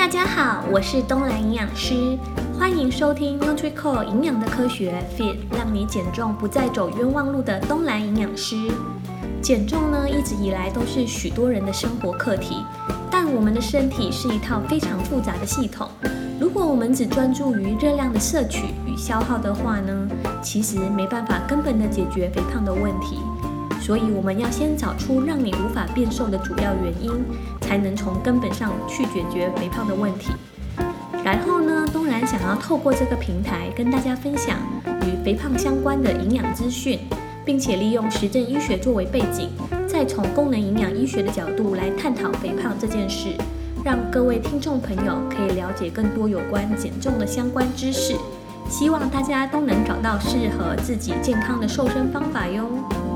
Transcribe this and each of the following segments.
大家好，我是东兰营养师，欢迎收听 NutriCore 营养的科学 Fit， 让你减重不再走冤枉路的东兰营养师。减重呢，一直以来都是许多人的生活课题，但我们的身体是一套非常复杂的系统。如果我们只专注于热量的摄取与消耗的话呢，其实没办法根本的解决肥胖的问题。所以我们要先找出让你无法变瘦的主要原因，才能从根本上去解决肥胖的问题。然后呢，东然想要透过这个平台跟大家分享与肥胖相关的营养资讯，并且利用实证医学作为背景，再从功能营养医学的角度来探讨肥胖这件事，让各位听众朋友可以了解更多有关减重的相关知识。希望大家都能找到适合自己健康的瘦身方法哟。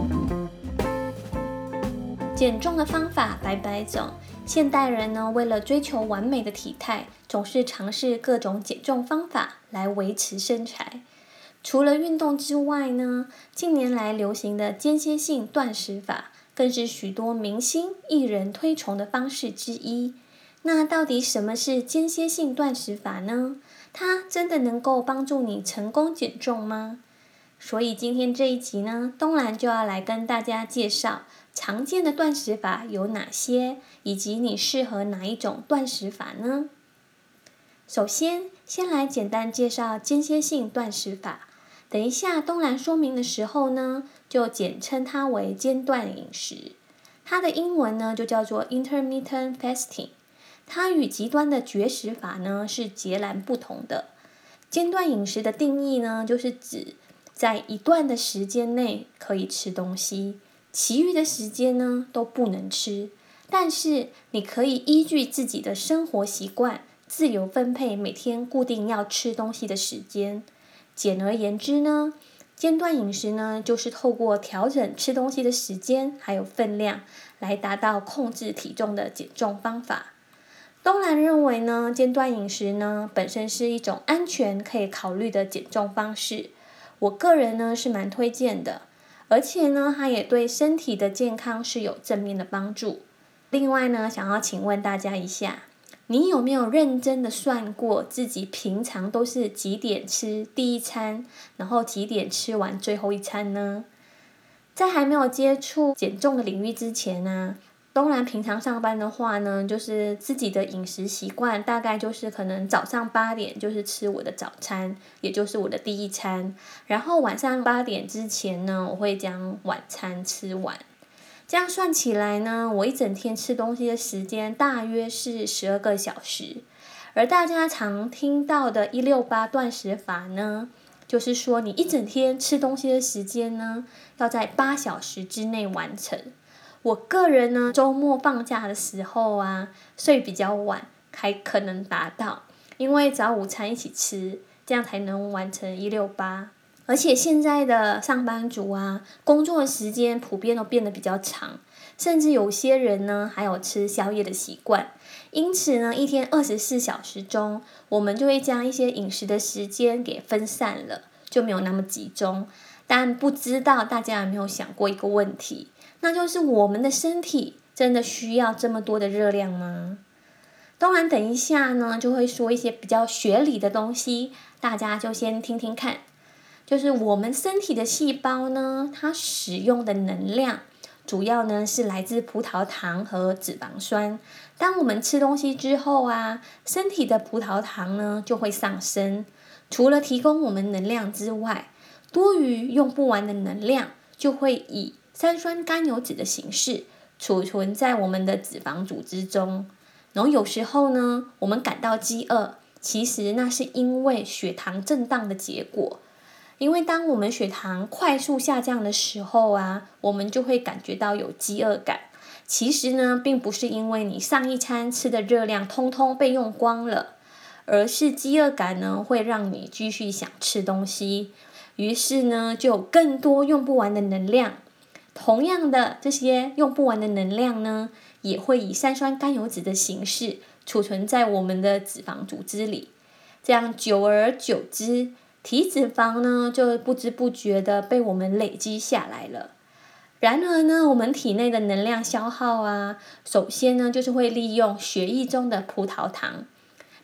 减重的方法百百种，现代人呢，为了追求完美的体态，总是尝试各种减重方法来维持身材。除了运动之外呢，近年来流行的间歇性断食法，更是许多明星艺人推崇的方式之一。那到底什么是间歇性断食法呢？它真的能够帮助你成功减重吗？所以今天这一集呢，东兰就要来跟大家介绍常见的断食法有哪些，以及你适合哪一种断食法呢？首先来简单介绍间歇性断食法，等一下东兰说明的时候呢，就简称它为间断饮食。它的英文呢就叫做 intermittent fasting， 它与极端的绝食法呢是截然不同的。间断饮食的定义呢，就是指在一段的时间内可以吃东西，其余的时间呢都不能吃，但是你可以依据自己的生活习惯自由分配每天固定要吃东西的时间。简而言之呢，间断饮食呢就是透过调整吃东西的时间还有分量，来达到控制体重的减重方法。东兰认为呢，间断饮食呢本身是一种安全可以考虑的减重方式，我个人呢是蛮推荐的，而且呢它也对身体的健康是有正面的帮助。另外呢，想要请问大家一下，你有没有认真的算过自己平常都是几点吃第一餐，然后几点吃完最后一餐呢？在还没有接触减重的领域之前呢，东然平常上班的话呢，就是自己的饮食习惯大概就是可能早上8点就是吃我的早餐，也就是我的第一餐，然后晚上8点之前呢，我会将晚餐吃完。这样算起来呢，我一整天吃东西的时间大约是12个小时。而大家常听到的168断食法呢，就是说你一整天吃东西的时间呢，要在8小时之内完成。我个人呢，周末放假的时候啊，睡比较晚，还可能达到，因为早午餐一起吃，这样才能完成168。而且现在的上班族啊，工作的时间普遍都变得比较长，甚至有些人呢，还有吃宵夜的习惯。因此呢，一天24小时中，我们就会将一些饮食的时间给分散了，就没有那么集中。但不知道大家有没有想过一个问题，那就是我们的身体真的需要这么多的热量吗？当然等一下呢，就会说一些比较学理的东西，大家就先听听看。就是我们身体的细胞呢，它使用的能量主要呢是来自葡萄糖和脂肪酸。当我们吃东西之后啊，身体的葡萄糖呢就会上升，除了提供我们能量之外，多余用不完的能量就会以三酸甘油脂的形式储存在我们的脂肪组织中。然后有时候呢，我们感到饥饿，其实那是因为血糖震荡的结果。因为当我们血糖快速下降的时候啊，我们就会感觉到有饥饿感。其实呢，并不是因为你上一餐吃的热量通通被用光了，而是饥饿感呢会让你继续想吃东西，于是呢就有更多用不完的能量。同样的，这些用不完的能量呢，也会以三酸甘油脂的形式储存在我们的脂肪组织里。这样久而久之，体脂肪呢就不知不觉的被我们累积下来了。然而呢，我们体内的能量消耗啊，首先呢就是会利用血液中的葡萄糖。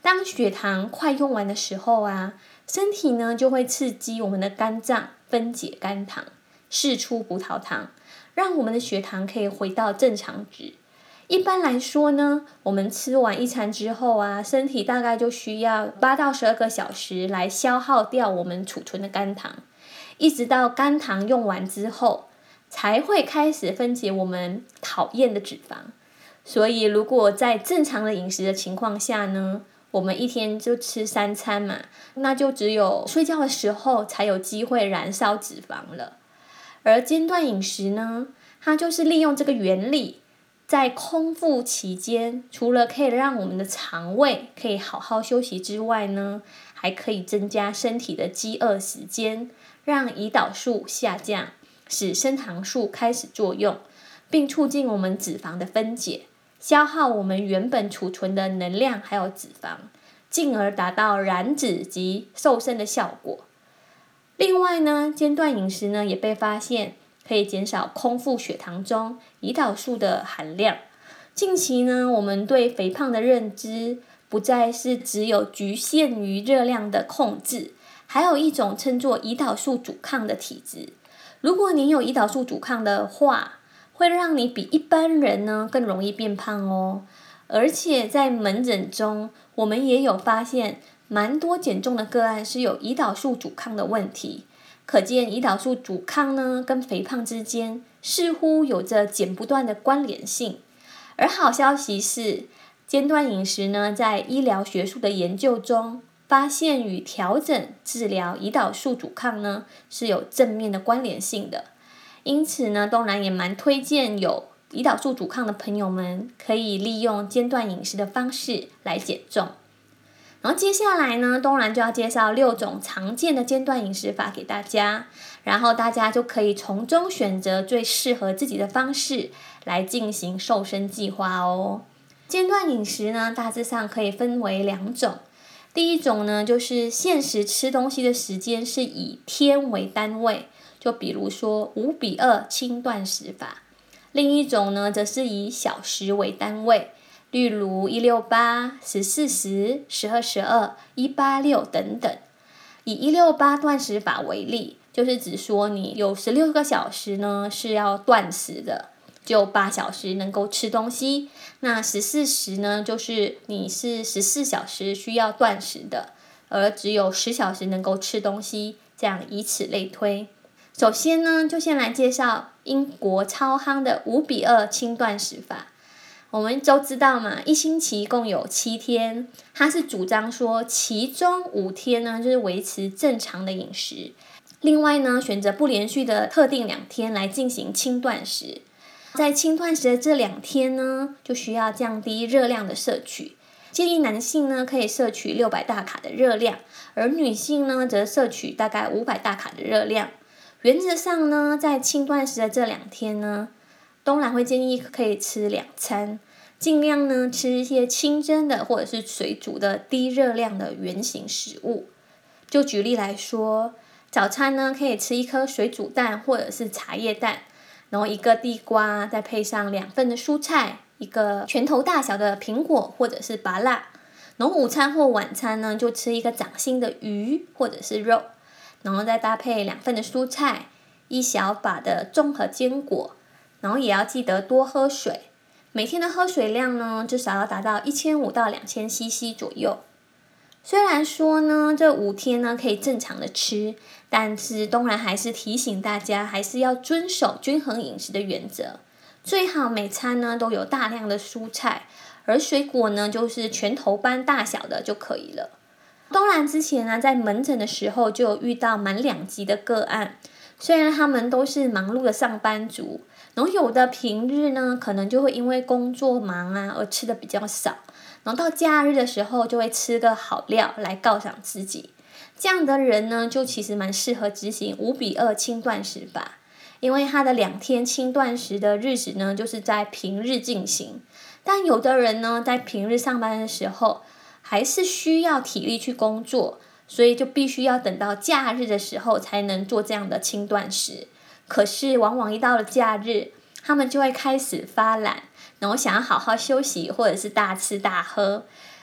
当血糖快用完的时候啊，身体呢就会刺激我们的肝脏分解肝糖，释出葡萄糖，让我们的血糖可以回到正常值。一般来说呢，我们吃完一餐之后啊，身体大概就需要8到12个小时来消耗掉我们储存的肝糖，一直到肝糖用完之后，才会开始分解我们讨厌的脂肪。所以如果在正常的饮食的情况下呢，我们一天就吃3餐嘛，那就只有睡觉的时候才有机会燃烧脂肪了。而间断饮食呢，它就是利用这个原理，在空腹期间，除了可以让我们的肠胃可以好好休息之外呢，还可以增加身体的饥饿时间，让胰岛素下降，使升糖素开始作用，并促进我们脂肪的分解，消耗我们原本储存的能量还有脂肪，进而达到燃脂及瘦身的效果。另外呢，间断饮食呢也被发现可以减少空腹血糖中胰岛素的含量。近期呢，我们对肥胖的认知不再是只有局限于热量的控制，还有一种称作胰岛素阻抗的体质。如果你有胰岛素阻抗的话，会让你比一般人呢更容易变胖哦。而且在门诊中，我们也有发现蛮多减重的个案是有胰岛素阻抗的问题，可见胰岛素阻抗呢跟肥胖之间似乎有着剪不断的关联性。而好消息是，间断饮食呢在医疗学术的研究中发现与调整治疗胰岛素阻抗呢是有正面的关联性的。因此呢，当然也蛮推荐有胰岛素阻抗的朋友们可以利用间断饮食的方式来减重。然后接下来呢，当然就要介绍6种常见的间断饮食法给大家，然后大家就可以从中选择最适合自己的方式来进行瘦身计划哦。间断饮食呢，大致上可以分为2种。第一种呢，就是限时吃东西的时间是以天为单位，就比如说5:2轻断食法。另一种呢，则是以小时为单位，例如168、14-10、12-12、186等等。以168断食法为例，就是指说你有16个小时呢是要断食的，就8小时能够吃东西。那14-10呢，就是你是14小时需要断食的，而只有10小时能够吃东西，这样以此类推。首先呢，就先来介绍英国超夯的5:2轻断食法。我们都知道嘛，一星期共有7天，它是主张说其中5天呢就是维持正常的饮食，另外呢选择不连续的特定2天来进行轻断食。在轻断食的这2天呢，就需要降低热量的摄取，建议男性呢可以摄取600大卡的热量，而女性呢则摄取大概500大卡的热量。原则上呢，在轻断食的这2天呢，当然会建议可以吃2餐，尽量呢吃一些清蒸的或者是水煮的低热量的原型食物。就举例来说，早餐呢可以吃1颗水煮蛋或者是茶叶蛋，然后1个地瓜，再配上2份的蔬菜，1个拳头大小的苹果或者是芭乐。然后午餐或晚餐呢，就吃1个掌心的鱼或者是肉，然后再搭配2份的蔬菜，1小把的综合坚果，然后也要记得多喝水。每天的喝水量呢，至少要达到1500到2000cc 左右。虽然说呢，这5天呢可以正常的吃，但是当然还是提醒大家，还是要遵守均衡饮食的原则。最好每餐呢都有大量的蔬菜，而水果呢就是拳头般大小的就可以了。当然之前呢，在门诊的时候就有遇到蛮2极的个案，虽然他们都是忙碌的上班族，然后有的平日呢可能就会因为工作忙啊而吃的比较少，然后到假日的时候就会吃个好料来犒赏自己。这样的人呢，就其实蛮适合执行5:2轻断食法，因为他的2天轻断食的日子呢，就是在平日进行。但有的人呢，在平日上班的时候，还是需要体力去工作，所以就必须要等到假日的时候才能做这样的轻断食。可是往往一到了假日，他们就会开始发懒，然后想要好好休息或者是大吃大喝，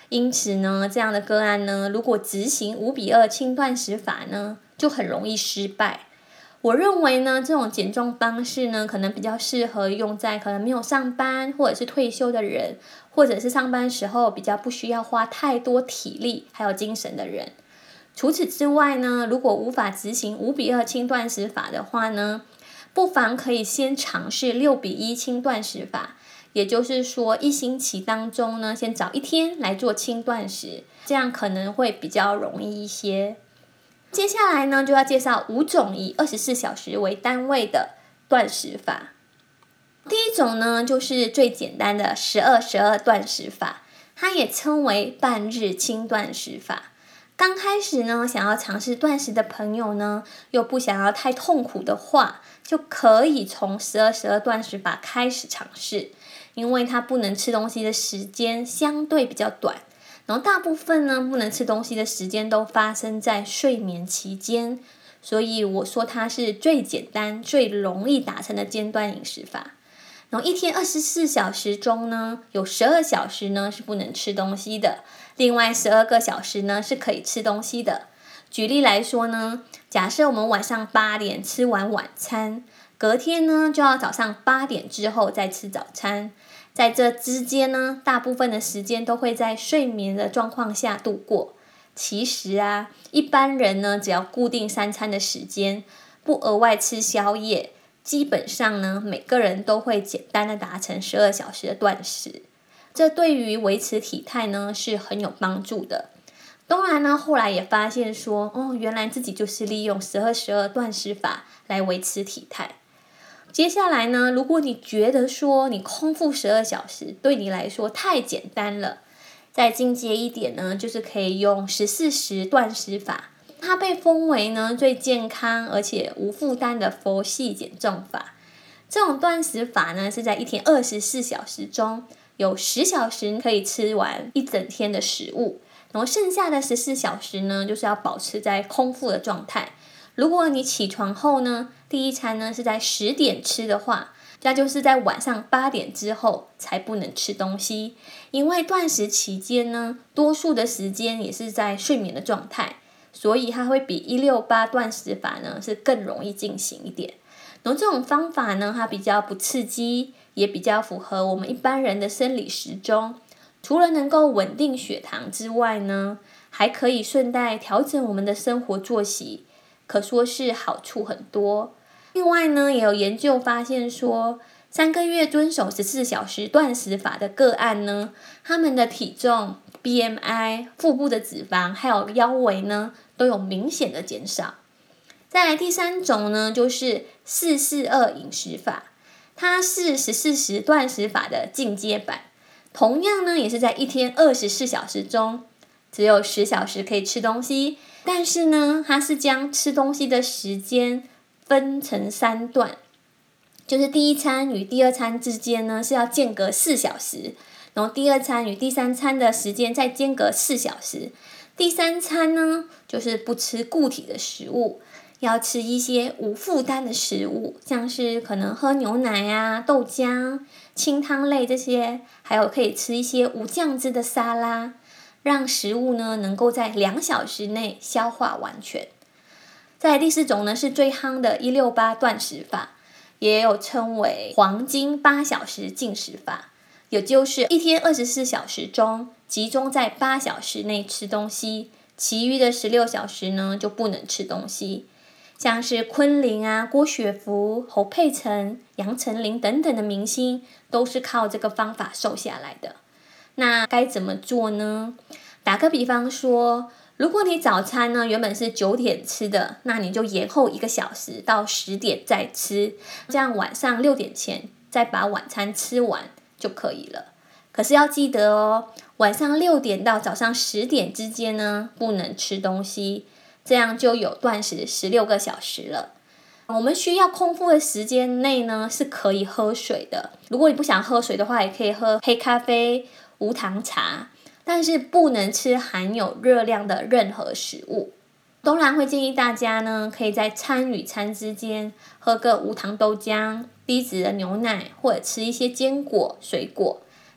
因此呢，这样的个案呢，如果执行5:2轻断食法呢，就很容易失败。我认为呢，这种减重方式呢，可能比较适合用在可能没有上班或者是退休的人，或者是上班时候比较不需要花太多体力还有精神的人。除此之外呢，如果无法执行5:2轻断食法的话呢，不妨可以先尝试6:1轻断食法，也就是说1星期当中呢，先找1天来做轻断食，这样可能会比较容易一些。接下来呢，就要介绍5种以24小时为单位的断食法。第一种呢，就是最简单的12-12断食法，它也称为半日轻断食法。刚开始呢，想要尝试断食的朋友呢，又不想要太痛苦的话，就可以从12-12断食法开始尝试，因为它不能吃东西的时间相对比较短，然后大部分呢不能吃东西的时间都发生在睡眠期间，所以我说它是最简单、最容易达成的间断饮食法。然后一天24小时中呢，有12小时呢是不能吃东西的，另外12个小时呢是可以吃东西的。举例来说呢，假设我们晚上8点吃完晚餐，隔天呢就要早上8点之后再吃早餐。在这之间呢，大部分的时间都会在睡眠的状况下度过。其实啊，一般人呢，只要固定3餐的时间，不额外吃宵夜，基本上呢，每个人都会简单的达成12小时的断食。这对于维持体态呢，是很有帮助的。当然呢，后来也发现说，原来自己就是利用12-12断食法来维持体态。接下来呢，如果你觉得说你空腹12小时对你来说太简单了，再进阶一点呢，就是可以用14-10断食法。它被封为呢最健康而且无负担的佛系减重法。这种断食法呢是在一天24小时中，有10小时可以吃完一整天的食物，然后剩下的14小时呢，就是要保持在空腹的状态。如果你起床后呢，第一餐呢是在10点吃的话，那就是在晚上8点之后才不能吃东西。因为断食期间呢，多数的时间也是在睡眠的状态，所以它会比168断食法呢是更容易进行一点。然后这种方法呢，它比较不刺激，也比较符合我们一般人的生理时钟。除了能够稳定血糖之外呢，还可以顺带调整我们的生活作息，可说是好处很多。另外呢，也有研究发现说，3个月遵守14小时断食法的个案呢，他们的体重、BMI、腹部的脂肪还有腰围呢，都有明显的减少。再来第3种呢，就是4-4-2饮食法，它是14-10断食法的进阶版。同样呢，也是在一天24小时中，只有10小时可以吃东西，但是呢，它是将吃东西的时间分成3段，就是第一餐与第二餐之间呢是要间隔4小时，然后第二餐与第3餐的时间再间隔4小时，第3餐呢就是不吃固体的食物，要吃一些无负担的食物，像是可能喝牛奶啊、豆浆、清汤类这些，还有可以吃一些无酱汁的沙拉，让食物呢能够在2小时内消化完全。再来第4种呢，是最夯的168断食法，也有称为黄金8小时进食法，也就是一天24小时中，集中在8小时内吃东西，其余的16小时呢就不能吃东西。像是昆凌啊、郭雪芙、侯佩岑、杨丞琳等等的明星，都是靠这个方法瘦下来的。那该怎么做呢？打个比方说，如果你早餐呢原本是9点吃的，那你就延后1个小时到10点再吃，这样晚上6点前再把晚餐吃完就可以了。可是要记得哦，晚上6点到早上10点之间呢，不能吃东西，这样就有断食16个小时了。我们需要空腹的时间内呢，是可以喝水的。如果你不想喝水的话，也可以喝黑咖啡、无糖茶，但是不能吃含有热量的任何食物。当然会建议大家呢，可以在餐与餐之间喝个无糖豆浆、低脂的牛奶，或者吃一些坚果、水果。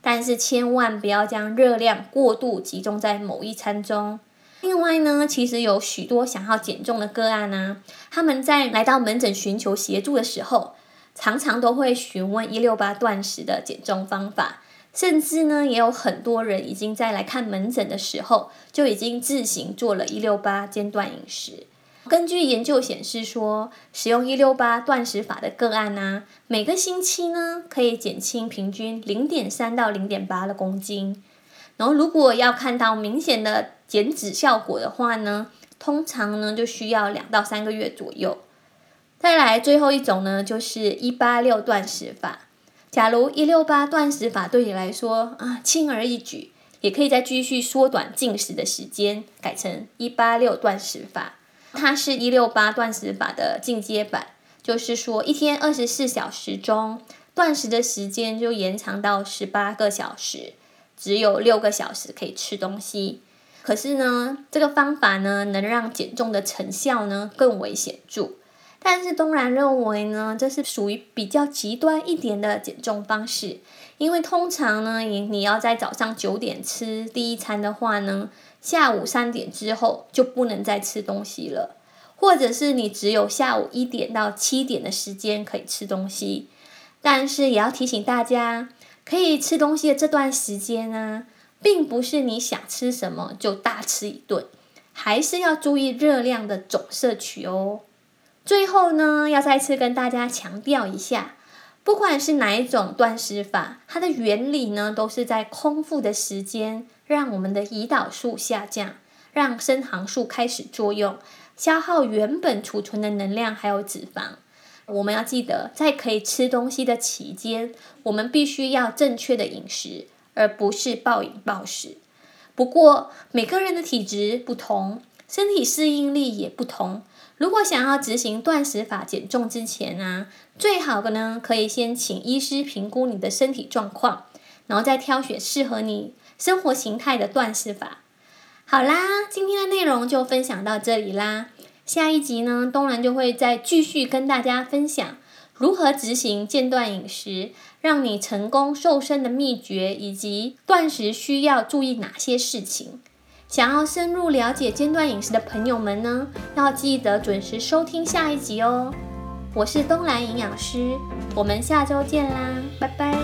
但是千万不要将热量过度集中在某一餐中。另外呢，其实有许多想要减重的个案啊，他们在来到门诊寻求协助的时候，常常都会询问168断食的减重方法，甚至呢，也有很多人已经在来看门诊的时候，就已经自行做了168间断饮食。根据研究显示说，使用168断食法的个案啊，每个星期呢可以减轻平均 0.3 到 0.8 的公斤。然后如果要看到明显的减脂效果的话呢，通常呢就需要2到3个月左右。再来最后一种呢，就是186断食法。假如168断食法对你来说轻而易举，也可以再继续缩短进食的时间，改成186断食法。它是168断食法的进阶版，就是说一天24小时中，断食的时间就延长到18个小时，只有6个小时可以吃东西。可是呢，这个方法呢，能让减重的成效呢更为显著。但是东兰认为呢，这是属于比较极端一点的减重方式，因为通常呢，你要在早上9点吃第一餐的话呢，下午3点之后就不能再吃东西了，或者是你只有下午1点到7点的时间可以吃东西。但是也要提醒大家，可以吃东西的这段时间呢，并不是你想吃什么就大吃一顿，还是要注意热量的总摄取哦。最后呢，要再次跟大家强调一下，不管是哪一种断食法，它的原理呢，都是在空腹的时间让我们的胰岛素下降，让升糖素开始作用，消耗原本储存的能量还有脂肪。我们要记得，在可以吃东西的期间，我们必须要正确的饮食，而不是暴饮暴食。不过每个人的体质不同，身体适应力也不同，如果想要执行断食法减重之前啊，最好的呢，可以先请医师评估你的身体状况，然后再挑选适合你生活形态的断食法。好啦，今天的内容就分享到这里啦。下一集呢，东兰就会再继续跟大家分享如何执行间断饮食，让你成功瘦身的秘诀，以及断食需要注意哪些事情。想要深入了解间断饮食的朋友们呢，要记得准时收听下一集哦。我是东兰营养师，我们下周见啦，拜拜。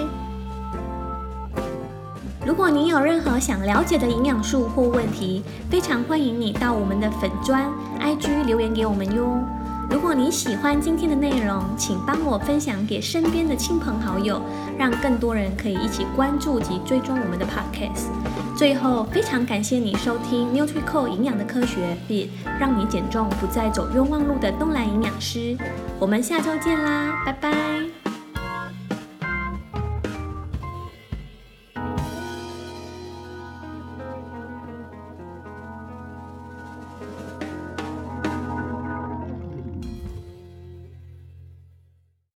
如果你有任何想了解的营养素或问题，非常欢迎你到我们的粉专、IG 留言给我们哟。如果你喜欢今天的内容，请帮我分享给身边的亲朋好友，让更多人可以一起关注及追踪我们的 Podcast。最后，非常感谢你收听 NutriCore 营养的科学 ，Fit 让你减重不再走冤枉路的东兰营养师。我们下周见啦，拜拜。